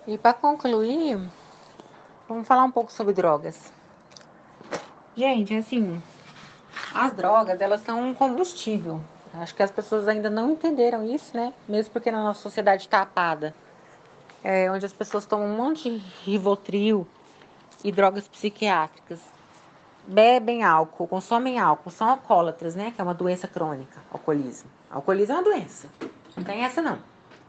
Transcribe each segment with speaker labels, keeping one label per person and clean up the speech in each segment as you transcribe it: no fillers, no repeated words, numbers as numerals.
Speaker 1: E para concluir, vamos falar um pouco sobre drogas. Gente, assim, as drogas, elas são um combustível. Acho que as pessoas ainda não entenderam isso, né? Mesmo porque na nossa sociedade tapada, onde as pessoas tomam um monte de Rivotril e drogas psiquiátricas, bebem álcool, consomem álcool, são alcoólatras, né? Que é uma doença crônica, alcoolismo. Alcoolismo é uma doença, não tem essa não.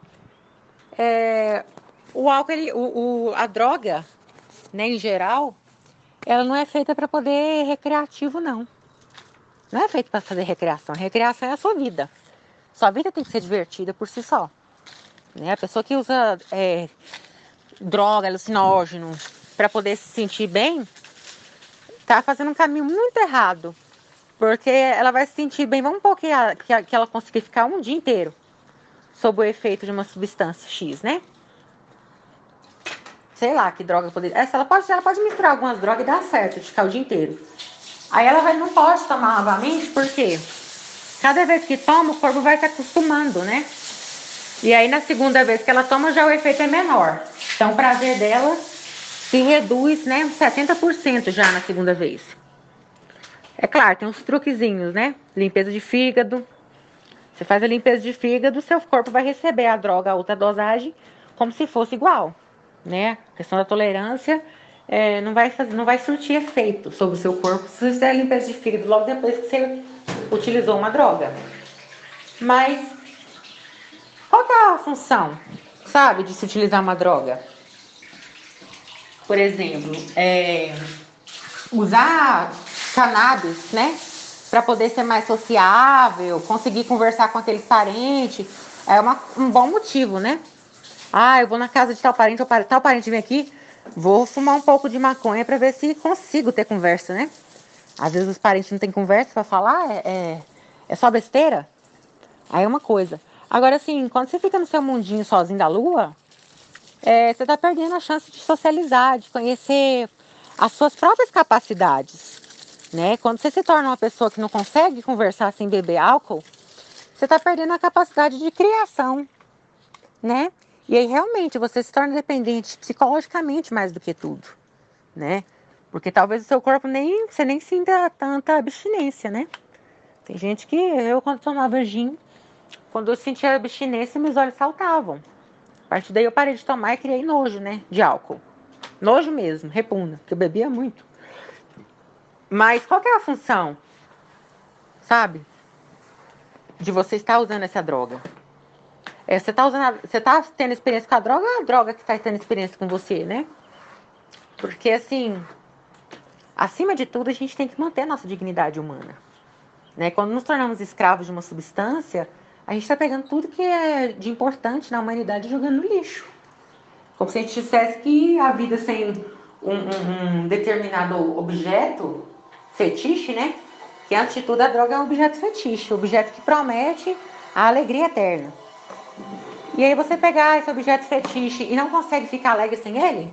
Speaker 1: O álcool, a droga, né, em geral, ela não é feita para poder recreativo, não. Não é feita para fazer recreação. Recreação é a sua vida. Sua vida tem que ser divertida por si só. Né? A pessoa que usa droga, alucinógeno, para poder se sentir bem, tá fazendo um caminho muito errado. Porque ela vai se sentir bem, vamos supor que ela consiga ficar um dia inteiro sob o efeito de uma substância X, né? Sei lá que droga poderia. Ela pode misturar algumas drogas e dar certo, de ficar o dia inteiro. Aí ela não pode tomar novamente, porque cada vez que toma, o corpo vai se acostumando, né? E aí na segunda vez que ela toma, já o efeito é menor. Então o prazer dela se reduz, né? 70% já na segunda vez. É claro, tem uns truquezinhos, né? Limpeza de fígado. Você faz a limpeza de fígado, seu corpo vai receber a droga, a outra dosagem, como se fosse igual, né? A questão da tolerância não vai surtir efeito sobre o seu corpo se você fizer a limpeza de fígado logo depois que você utilizou uma droga. Mas qual que é a função, sabe, de se utilizar uma droga? Por exemplo, usar cannabis, né? Para poder ser mais sociável, conseguir conversar com aqueles parentes. É um bom motivo, né? Ah, eu vou na casa de tal parente vem aqui, vou fumar um pouco de maconha para ver se consigo ter conversa, né? Às vezes os parentes não têm conversa para falar, é só besteira. Aí é uma coisa. Agora, assim, quando você fica no seu mundinho sozinho da lua, você tá perdendo a chance de socializar, de conhecer as suas próprias capacidades, né? Quando você se torna uma pessoa que não consegue conversar sem beber álcool, você tá perdendo a capacidade de criação, né? E aí realmente você se torna dependente psicologicamente mais do que tudo, né? Porque talvez o seu corpo você nem sinta tanta abstinência, né? Tem gente que eu quando tomava gin, quando eu sentia abstinência, meus olhos saltavam. A partir daí eu parei de tomar e criei nojo, né? De álcool. Nojo mesmo, repugna, porque eu bebia muito. Mas qual que é a função, sabe? De você estar usando essa droga? Você tá tendo experiência com a droga ou é a droga que está tendo experiência com você, né? Porque assim, acima de tudo, a gente tem que manter a nossa dignidade humana. Né? Quando nos tornamos escravos de uma substância, a gente está pegando tudo que é de importante na humanidade e jogando no lixo. Como se a gente dissesse que a vida sem um determinado objeto fetiche, né? Que antes de tudo a droga é um objeto fetiche, um objeto que promete a alegria eterna. E aí você pegar esse objeto fetiche e não consegue ficar alegre sem ele?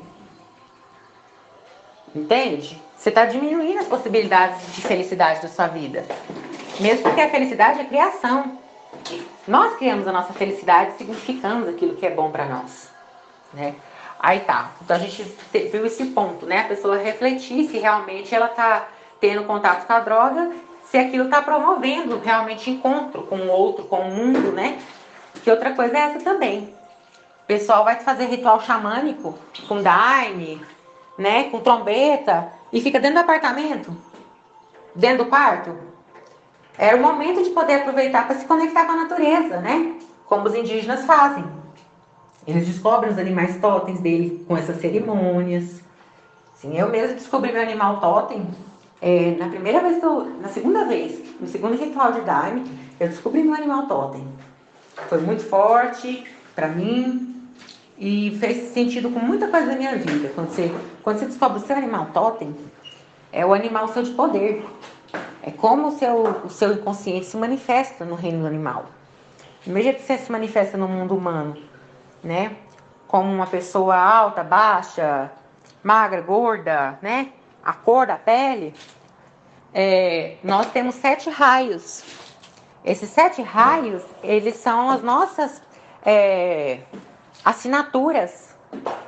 Speaker 1: Entende? Você está diminuindo as possibilidades de felicidade da sua vida. Mesmo porque a felicidade é criação. Nós criamos a nossa felicidade, significamos aquilo que é bom para nós, né? Aí tá. Então a gente viu esse ponto, né? A pessoa refletir se realmente ela tá tendo contato com a droga, se aquilo tá promovendo realmente encontro com o outro, com o mundo, né? Que outra coisa é essa também. O pessoal vai fazer ritual xamânico com daime, né? Com trombeta e fica dentro do apartamento, dentro do quarto. Era o momento de poder aproveitar para se conectar com a natureza, né? Como os indígenas fazem. Eles descobrem os animais totens dele com essas cerimônias. Sim, eu mesmo descobri meu animal totem na primeira vez na segunda vez, no segundo ritual de Daime, eu descobri meu animal totem. Foi muito forte para mim e fez sentido com muita coisa da minha vida. Quando você descobre o seu animal totem, é o animal seu de poder. É como o seu inconsciente se manifesta no reino animal. Do mesmo jeito que você se manifesta no mundo humano, né? Como uma pessoa alta, baixa, magra, gorda, né? A cor da pele. Nós temos 7 raios. Esses 7 raios, eles são as nossas assinaturas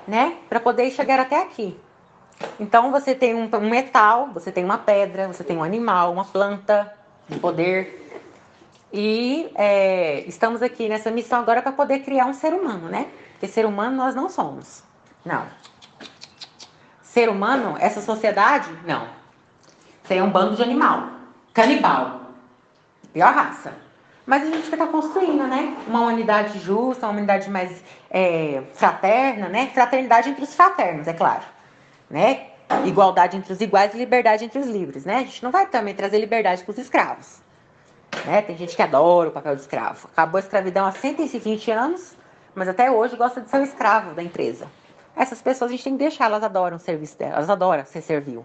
Speaker 1: né? Para poder chegar até aqui. Então você tem um metal, você tem uma pedra, você tem um animal, uma planta de poder. E estamos aqui nessa missão agora para poder criar um ser humano, né? Porque ser humano nós não somos. Não. Ser humano, essa sociedade, não. Isso aí é um bando de animal. Canibal. Pior raça. Mas a gente está construindo, né? Uma humanidade justa, uma humanidade mais fraterna, né? Fraternidade entre os fraternos, é claro. Né? Igualdade entre os iguais e liberdade entre os livres, né? A gente não vai também trazer liberdade para os escravos. Né? Tem gente que adora o papel de escravo. Acabou a escravidão há 120 anos, mas até hoje gosta de ser o escravo da empresa. Essas pessoas a gente tem que deixar, elas adoram o serviço delas, elas adoram ser servil.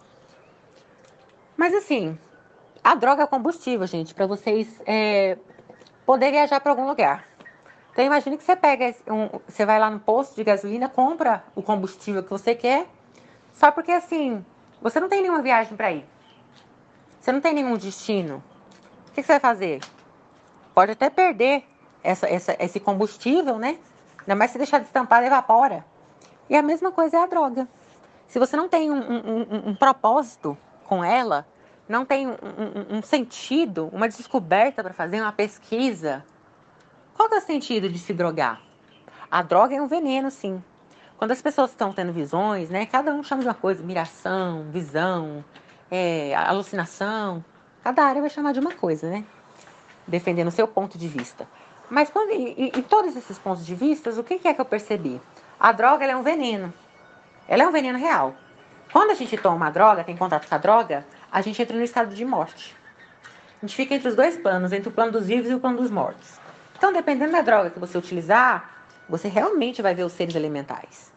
Speaker 1: Mas assim, a droga é combustível, gente, para vocês poderem viajar para algum lugar. Então imagine que você você vai lá no posto de gasolina, compra o combustível que você quer, só porque assim, você não tem nenhuma viagem para ir. Você não tem nenhum destino. O que você vai fazer? Pode até perder esse combustível, né? Ainda mais se deixar destampar, evapora. E a mesma coisa é a droga. Se você não tem um propósito com ela, não tem um sentido, uma descoberta para fazer, uma pesquisa, qual que é o sentido de se drogar? A droga é um veneno, sim. Quando as pessoas estão tendo visões, né? Cada um chama de uma coisa, miração, visão, alucinação. Cada área vai chamar de uma coisa, né? Defendendo o seu ponto de vista. Mas em todos esses pontos de vista, o que é que eu percebi? A droga ela é um veneno. Ela é um veneno real. Quando a gente toma uma droga, tem contato com a droga, a gente entra no estado de morte. A gente fica entre os dois planos, entre o plano dos vivos e o plano dos mortos. Então, dependendo da droga que você utilizar, você realmente vai ver os seres elementais.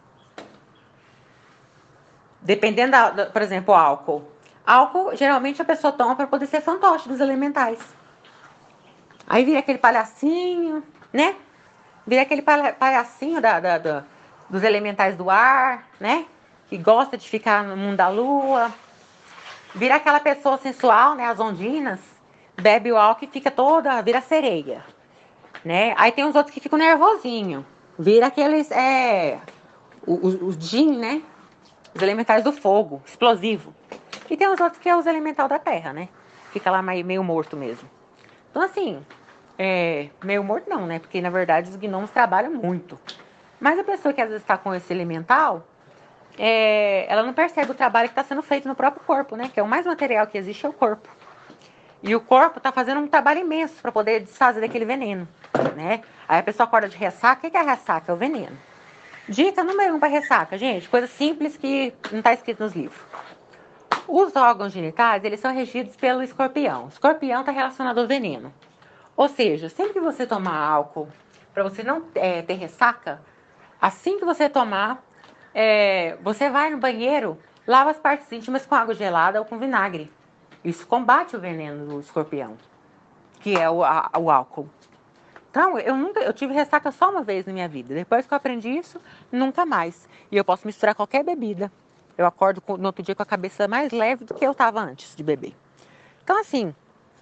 Speaker 1: Dependendo, por exemplo, o álcool. Álcool, geralmente a pessoa toma para poder ser fantoche dos elementais. Aí vira aquele palhacinho, né? Vira aquele palhacinho dos elementais do ar, né? Que gosta de ficar no mundo da lua. Vira aquela pessoa sensual, né? As ondinas. Bebe o álcool e fica vira sereia. Né? Aí tem os outros que ficam nervosinho. Vira aqueles, os Jin, né? Os elementais do fogo, explosivo. E tem os outros que é os elemental da terra, né? Fica lá meio morto mesmo. Então, assim, meio morto não, né? Porque, na verdade, os gnomos trabalham muito. Mas a pessoa que às vezes está com esse elemental, ela não percebe o trabalho que está sendo feito no próprio corpo, né? Que é o mais material que existe, é o corpo. E o corpo está fazendo um trabalho imenso para poder desfazer daquele veneno, né? Aí a pessoa acorda de ressaca. O que é ressaca? É o veneno. Dica número 1 para ressaca, gente. Coisa simples que não está escrito nos livros. Os órgãos genitais, eles são regidos pelo escorpião. O escorpião está relacionado ao veneno. Ou seja, sempre que você tomar álcool, para você não ter ressaca, assim que você tomar, você vai no banheiro, lava as partes íntimas com água gelada ou com vinagre. Isso combate o veneno do escorpião, que é o álcool. Então, eu tive ressaca só uma vez na minha vida. Depois que eu aprendi isso, nunca mais. E eu posso misturar qualquer bebida. Eu acordo no outro dia com a cabeça mais leve do que eu estava antes de beber. Então, assim,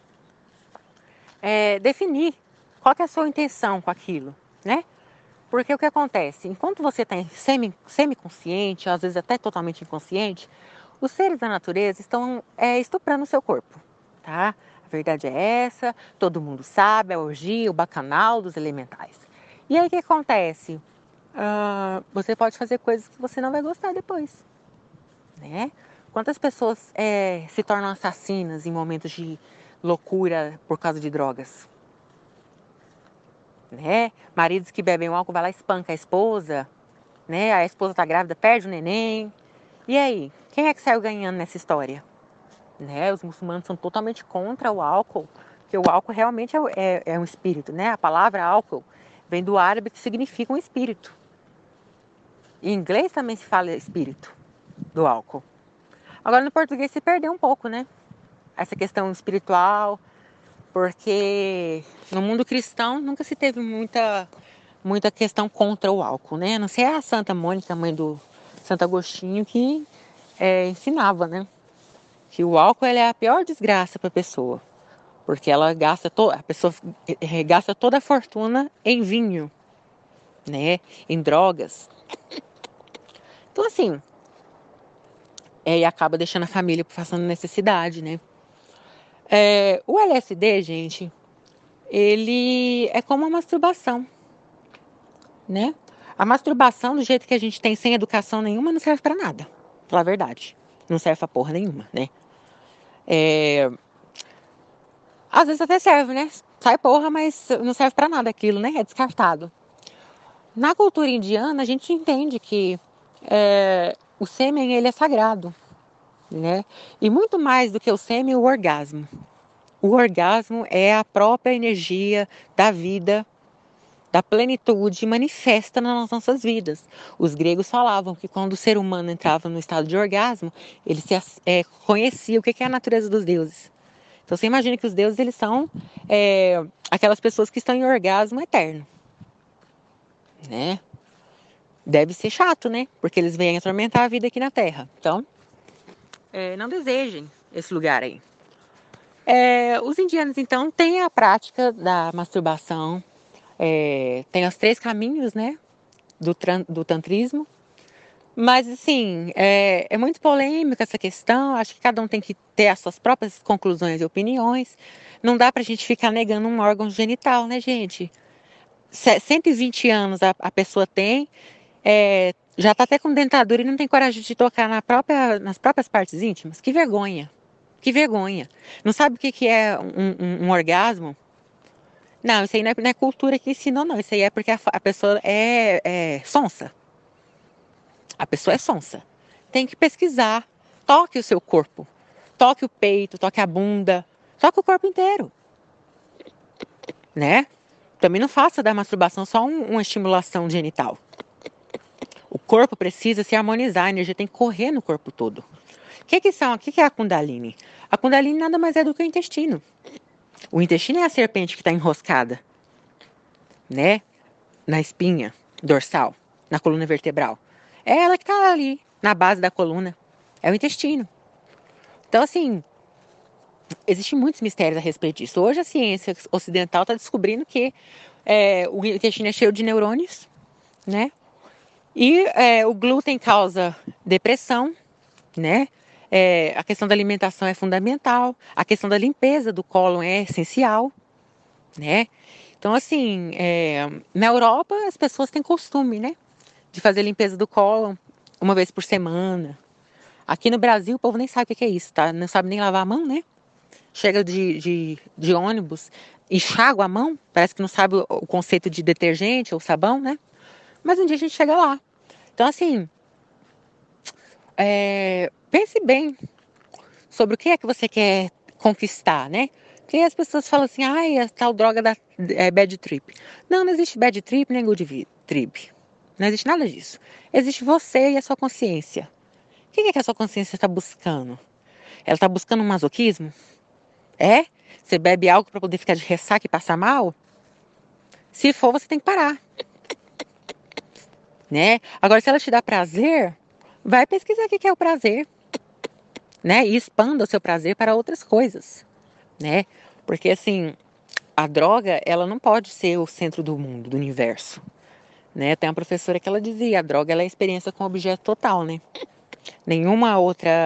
Speaker 1: definir qual que é a sua intenção com aquilo, né? Porque o que acontece? Enquanto você está semi-consciente, às vezes até totalmente inconsciente, os seres da natureza estão estuprando o seu corpo, tá? A verdade é essa, todo mundo sabe, a orgia, o bacanal dos elementais. E aí o que acontece? Você pode fazer coisas que você não vai gostar depois, né? Quantas pessoas se tornam assassinas em momentos de loucura por causa de drogas? Né? Maridos que bebem álcool vai lá e espanca a esposa, né? A esposa tá grávida, perde o neném. E aí, quem é que saiu ganhando nessa história? Né? Os muçulmanos são totalmente contra o álcool, porque o álcool realmente é um espírito, né? A palavra álcool vem do árabe que significa um espírito. Em inglês também se fala espírito do álcool. Agora no português se perdeu um pouco, né? Essa questão espiritual, porque no mundo cristão nunca se teve muita questão contra o álcool, né? A não ser a Santa Mônica, mãe do Santo Agostinho, que ensinava, né? Que o álcool é a pior desgraça para a pessoa, porque ela a pessoa gasta toda a fortuna em vinho, né? Em drogas. assim, e acaba deixando a família passando necessidade, né? O LSD, gente, ele é como uma masturbação, né? A masturbação, do jeito que a gente tem sem educação nenhuma, não serve pra nada. Falar a verdade. Não serve pra porra nenhuma, né? Às vezes até serve, né? Sai porra, mas não serve pra nada aquilo, né? É descartado. Na cultura indiana, a gente entende que o sêmen, ele é sagrado, né? E muito mais do que o sêmen, o orgasmo. O orgasmo é a própria energia da vida, da plenitude manifesta nas nossas vidas. Os gregos falavam que quando o ser humano entrava no estado de orgasmo, ele conhecia o que é a natureza dos deuses. Então você imagina que os deuses, eles são aquelas pessoas que estão em orgasmo eterno, né? Deve ser chato, né? Porque eles vêm atormentar a vida aqui na Terra. Então, não desejem esse lugar aí. Os indianos, então, têm a prática da masturbação. Tem os 3 caminhos, né? Do tantrismo. Mas, assim, é muito polêmica essa questão. Acho que cada um tem que ter as suas próprias conclusões e opiniões. Não dá pra gente ficar negando um órgão genital, né, gente? 120 anos a pessoa tem, já tá até com dentadura e não tem coragem de tocar nas próprias partes íntimas. Que vergonha. Que vergonha. Não sabe o que é um orgasmo? Não, isso aí não é cultura que ensinou, não. Isso aí é porque a pessoa é sonsa. A pessoa é sonsa. Tem que pesquisar. Toque o seu corpo. Toque o peito, toque a bunda. Toque o corpo inteiro. Né? Também não faça da masturbação só uma estimulação genital. O corpo precisa se harmonizar, a energia tem que correr no corpo todo. O que é a Kundalini? A Kundalini nada mais é do que o intestino. O intestino é a serpente que está enroscada, né? Na espinha dorsal, na coluna vertebral. É ela que está ali, na base da coluna. É o intestino. Então, assim, existem muitos mistérios a respeito disso. Hoje a ciência ocidental está descobrindo que o intestino é cheio de neurônios, né? E o glúten causa depressão, né? A questão da alimentação é fundamental, a questão da limpeza do cólon é essencial, né? Então, assim, na Europa as pessoas têm costume, né? De fazer limpeza do cólon uma vez por semana. Aqui no Brasil o povo nem sabe o que é isso, tá? Não sabe nem lavar a mão, né? Chega de ônibus, enxágua a mão, parece que não sabe o conceito de detergente ou sabão, né? Mas um dia a gente chega lá. Então, assim, pense bem sobre o que é que você quer conquistar, né? Porque as pessoas falam assim, ai, a tal droga da bad trip. Não, não existe bad trip nem good trip. Não existe nada disso. Existe você e a sua consciência. O que é que a sua consciência está buscando? Ela está buscando um masoquismo? Você bebe algo para poder ficar de ressaca e passar mal? Se for, você tem que parar. Né? Agora, se ela te dá prazer, vai pesquisar o que é o prazer. Né? E expanda o seu prazer para outras coisas. Né? Porque, assim, a droga, ela não pode ser o centro do mundo, do universo. Né? Tem uma professora que ela dizia, a droga ela é a experiência com objeto total, né? Nenhuma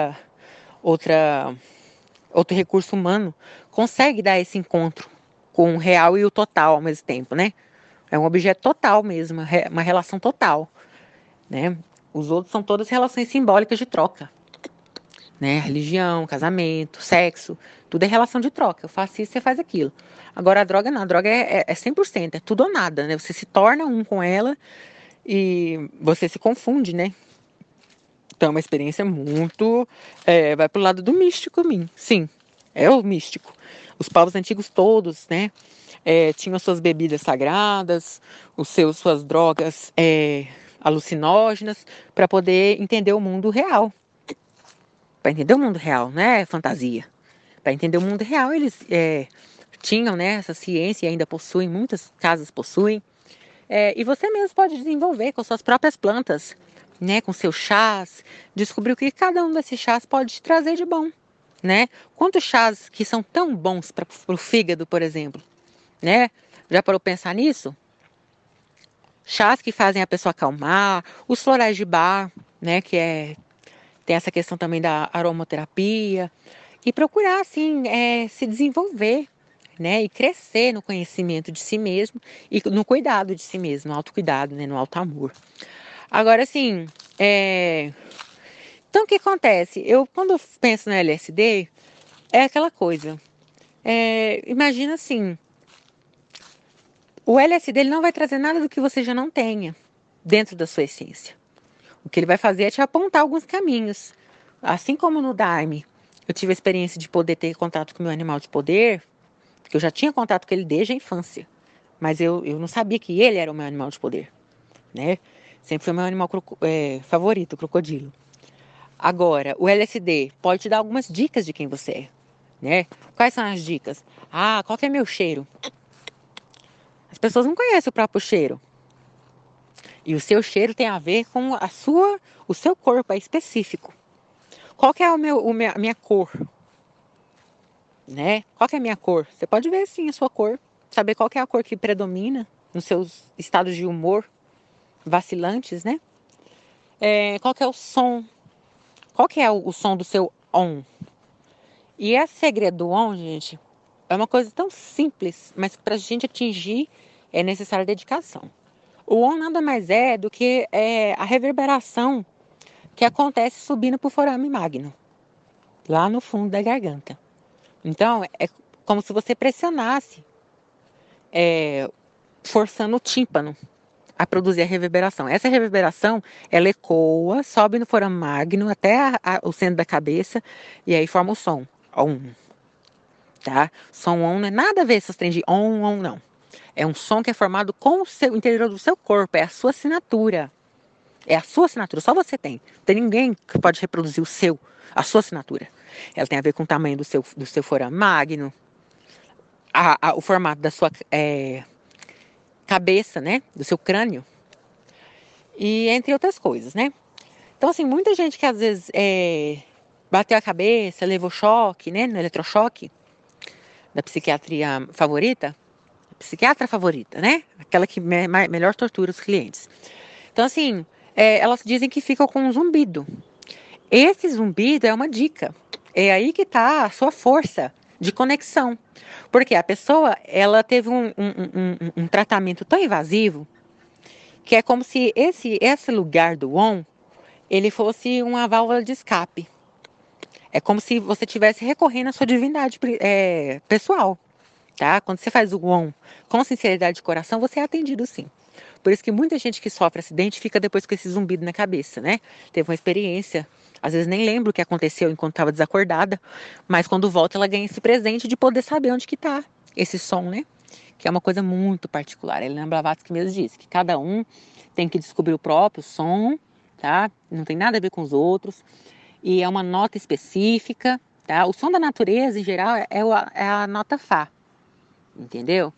Speaker 1: outro recurso humano consegue dar esse encontro com o real e o total ao mesmo tempo, né? É um objeto total mesmo, uma relação total, né? Os outros são todas relações simbólicas de troca, né? Religião, casamento, sexo, tudo é relação de troca. Eu faço isso, você faz aquilo. Agora a droga não, a droga é 100%, é tudo ou nada, né? Você se torna um com ela e você se confunde, né? Então é uma experiência muito... vai pro lado do místico, sim, é o místico. Os povos antigos todos, né? Tinham suas bebidas sagradas, suas drogas alucinógenas, para poder entender o mundo real. Para entender o mundo real, não é fantasia. Para entender o mundo real, eles tinham, né, essa ciência e ainda possuem, muitas casas possuem. E você mesmo pode desenvolver com suas próprias plantas, né, com seus chás, descobrir o que cada um desses chás pode te trazer de bom, né? Quantos chás que são tão bons para o fígado, por exemplo, né? Já parou para pensar nisso? Chás que fazem a pessoa acalmar, os florais de bar, né? Tem essa questão também da aromaterapia. E procurar, assim, se desenvolver, né? E crescer no conhecimento de si mesmo e no cuidado de si mesmo, no autocuidado, né? No auto-amor. Agora, assim, então o que acontece? Quando eu penso no LSD, é aquela coisa. Imagina assim, o LSD ele não vai trazer nada do que você já não tenha dentro da sua essência. O que ele vai fazer é te apontar alguns caminhos. Assim como no Daime, eu tive a experiência de poder ter contato com o meu animal de poder, porque eu já tinha contato com ele desde a infância. Mas eu não sabia que ele era o meu animal de poder, né? Sempre foi o meu animal favorito, o crocodilo. Agora, o LSD pode te dar algumas dicas de quem você é, né? Quais são as dicas? Qual que é meu cheiro? As pessoas não conhecem o próprio cheiro. E o seu cheiro tem a ver com o seu corpo, é específico. Qual que é a minha cor? Né? Qual que é a minha cor? Você pode ver sim a sua cor, saber qual que é a cor que predomina nos seus estados de humor vacilantes, né? Qual que é o som? Qual que é o som do seu on? E esse segredo do on, gente, é uma coisa tão simples, mas para a gente atingir é necessária dedicação. O on nada mais é do que a reverberação que acontece subindo para o forame magno, lá no fundo da garganta. Então, é como se você pressionasse, forçando o tímpano a produzir a reverberação. Essa reverberação, ela ecoa, sobe no forame magno até o centro da cabeça e aí forma o som. On. Tá? Som on não é nada a ver se você tem de on, não. É um som que é formado com o interior do seu corpo, é a sua assinatura. É a sua assinatura, só você tem. Não tem ninguém que pode reproduzir a sua assinatura. Ela tem a ver com o tamanho do seu forame magno, o formato da sua cabeça, né? Do seu crânio. E entre outras coisas, né? Então, assim, muita gente que às vezes bateu a cabeça, levou choque, né? No eletrochoque da psiquiatria favorita, psiquiatra favorita, né? Aquela que melhor tortura os clientes. Então, assim, elas dizem que ficam com um zumbido. Esse zumbido é uma dica. É aí que está a sua força de conexão. Porque a pessoa, ela teve um tratamento tão invasivo que é como se esse lugar do on, ele fosse uma válvula de escape. É como se você estivesse recorrendo à sua divindade pessoal. Tá? Quando você faz o on com sinceridade de coração, você é atendido sim. Por isso que muita gente que sofre acidente fica depois com esse zumbido na cabeça, né? Teve uma experiência, às vezes nem lembro o que aconteceu enquanto estava desacordada, mas quando volta ela ganha esse presente de poder saber onde que tá esse som, né? Que é uma coisa muito particular. Helena Blavatsky mesmo disse que cada um tem que descobrir o próprio som, tá? Não tem nada a ver com os outros. E é uma nota específica, tá? O som da natureza, em geral, é a nota Fá, entendeu?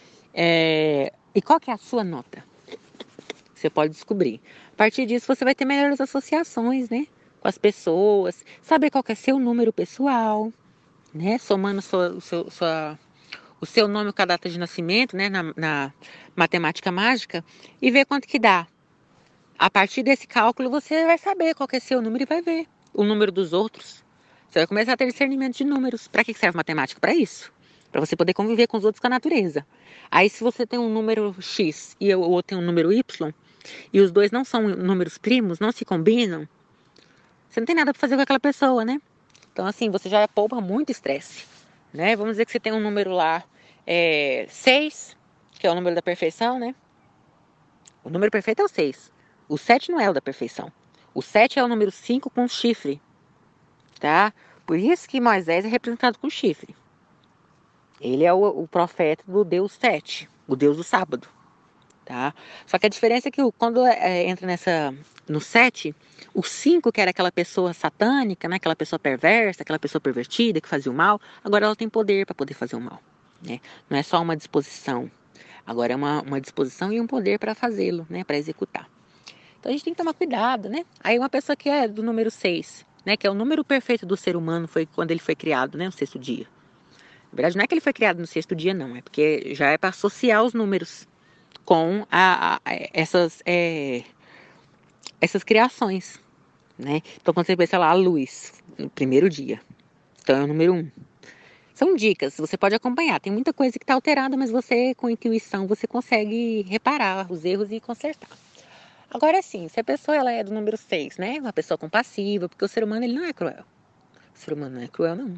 Speaker 1: E qual que é a sua nota? Você pode descobrir. A partir disso, você vai ter melhores associações, né? Com as pessoas, saber qual que é seu número pessoal, né? Somando o seu nome com a data de nascimento, né? Na matemática mágica, e ver quanto que dá. A partir desse cálculo, você vai saber qual que é seu número e vai ver o número dos outros. Você vai começar a ter discernimento de números. Para que serve matemática? Para isso. Para você poder conviver com os outros, com a natureza. Aí, se você tem um número X e o outro tem um número Y, e os dois não são números primos, não se combinam, você não tem nada para fazer com aquela pessoa, né? Então, assim, você já poupa muito estresse, né? Vamos dizer que você tem um número lá, 6, que é o número da perfeição, né? O número perfeito é o 6. O 7 não é o da perfeição. O 7 é o número 5 com chifre, tá? Por isso que Moisés é representado com chifre. Ele é o profeta do Deus 7, o Deus do sábado. Tá? Só que a diferença é que quando entra no 7, o 5, que era aquela pessoa satânica, né? Aquela pessoa perversa, aquela pessoa pervertida que fazia o mal, agora ela tem poder para poder fazer o mal. Né? Não é só uma disposição, agora é uma disposição e um poder para fazê-lo, né? Para executar. Então a gente tem que tomar cuidado, né? Aí uma pessoa que é do número 6, né? Que é o número perfeito do ser humano, foi quando ele foi criado, né? No sexto dia. Na verdade, não é que ele foi criado no sexto dia, não. É porque já é para associar os números com essas criações, né? Então, quando você pensa lá, a luz, no primeiro dia. Então, é o número 1. São dicas, você pode acompanhar. Tem muita coisa que está alterada, mas você, com intuição, você consegue reparar os erros e consertar. Agora sim, se a pessoa ela é do número 6, né? Uma pessoa compassiva, porque o ser humano ele não é cruel. O ser humano não é cruel, não.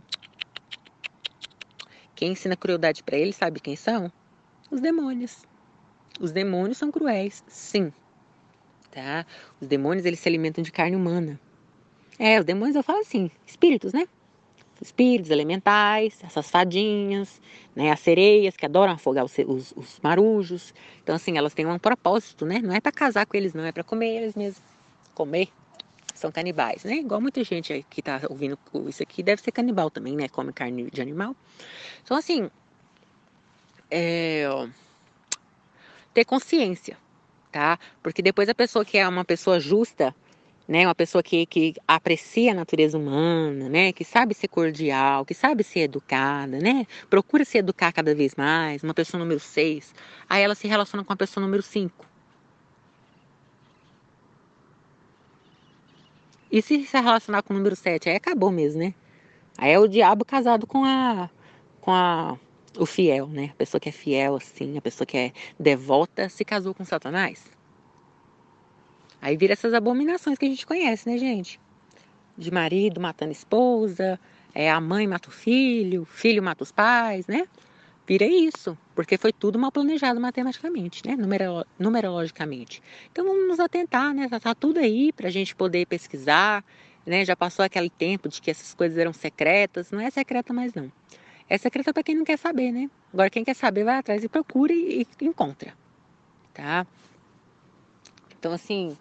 Speaker 1: Quem ensina crueldade para ele, sabe quem são? Os demônios. Os demônios são cruéis, sim. Tá? Os demônios, eles se alimentam de carne humana. Os demônios eu falo assim, espíritos, né? Espíritos elementais, essas fadinhas, né? As sereias que adoram afogar os marujos. Então, assim, elas têm um propósito, né? Não é para casar com eles, não, é para comer eles mesmos. Comer. São canibais, né? Igual muita gente que tá ouvindo isso aqui deve ser canibal também, né? Come carne de animal. Então, assim, ter consciência, tá? Porque depois a pessoa que é uma pessoa justa, né? Uma pessoa que aprecia a natureza humana, né? Que sabe ser cordial, que sabe ser educada, né? Procura se educar cada vez mais. Uma pessoa número 6, aí ela se relaciona com a pessoa número 5. E se relacionar com o número 7, aí acabou mesmo, né? Aí é o diabo casado com o fiel, né? A pessoa que é fiel, assim, a pessoa que é devota, se casou com Satanás. Aí vira essas abominações que a gente conhece, né, gente? De marido matando esposa, a mãe mata o filho mata os pais, né? Vira isso, porque foi tudo mal planejado matematicamente, né? Numerologicamente. Então vamos nos atentar, né? Tá tudo aí pra gente poder pesquisar, né? Já passou aquele tempo de que essas coisas eram secretas, não é secreta mais não. É secreta para quem não quer saber, né? Agora quem quer saber vai atrás e procura e encontra, tá? Então assim,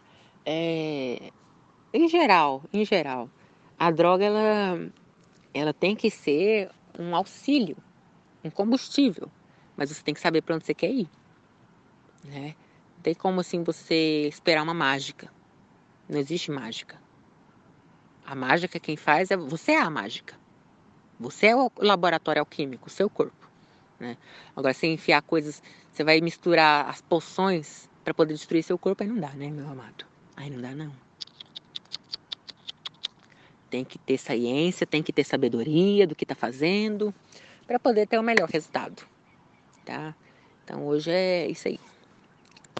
Speaker 1: em geral, a droga ela tem que ser um auxílio, um combustível, mas você tem que saber para onde você quer ir, né? Não tem como assim você esperar uma mágica. Não existe mágica. A mágica quem faz você é a mágica. Você é o laboratório alquímico, o seu corpo, né? Agora, você enfiar coisas, você vai misturar as poções para poder destruir seu corpo, aí não dá, né, meu amado? Aí não dá, não. Tem que ter ciência, tem que ter sabedoria do que tá fazendo para poder ter o melhor resultado, tá? Então, hoje é isso aí.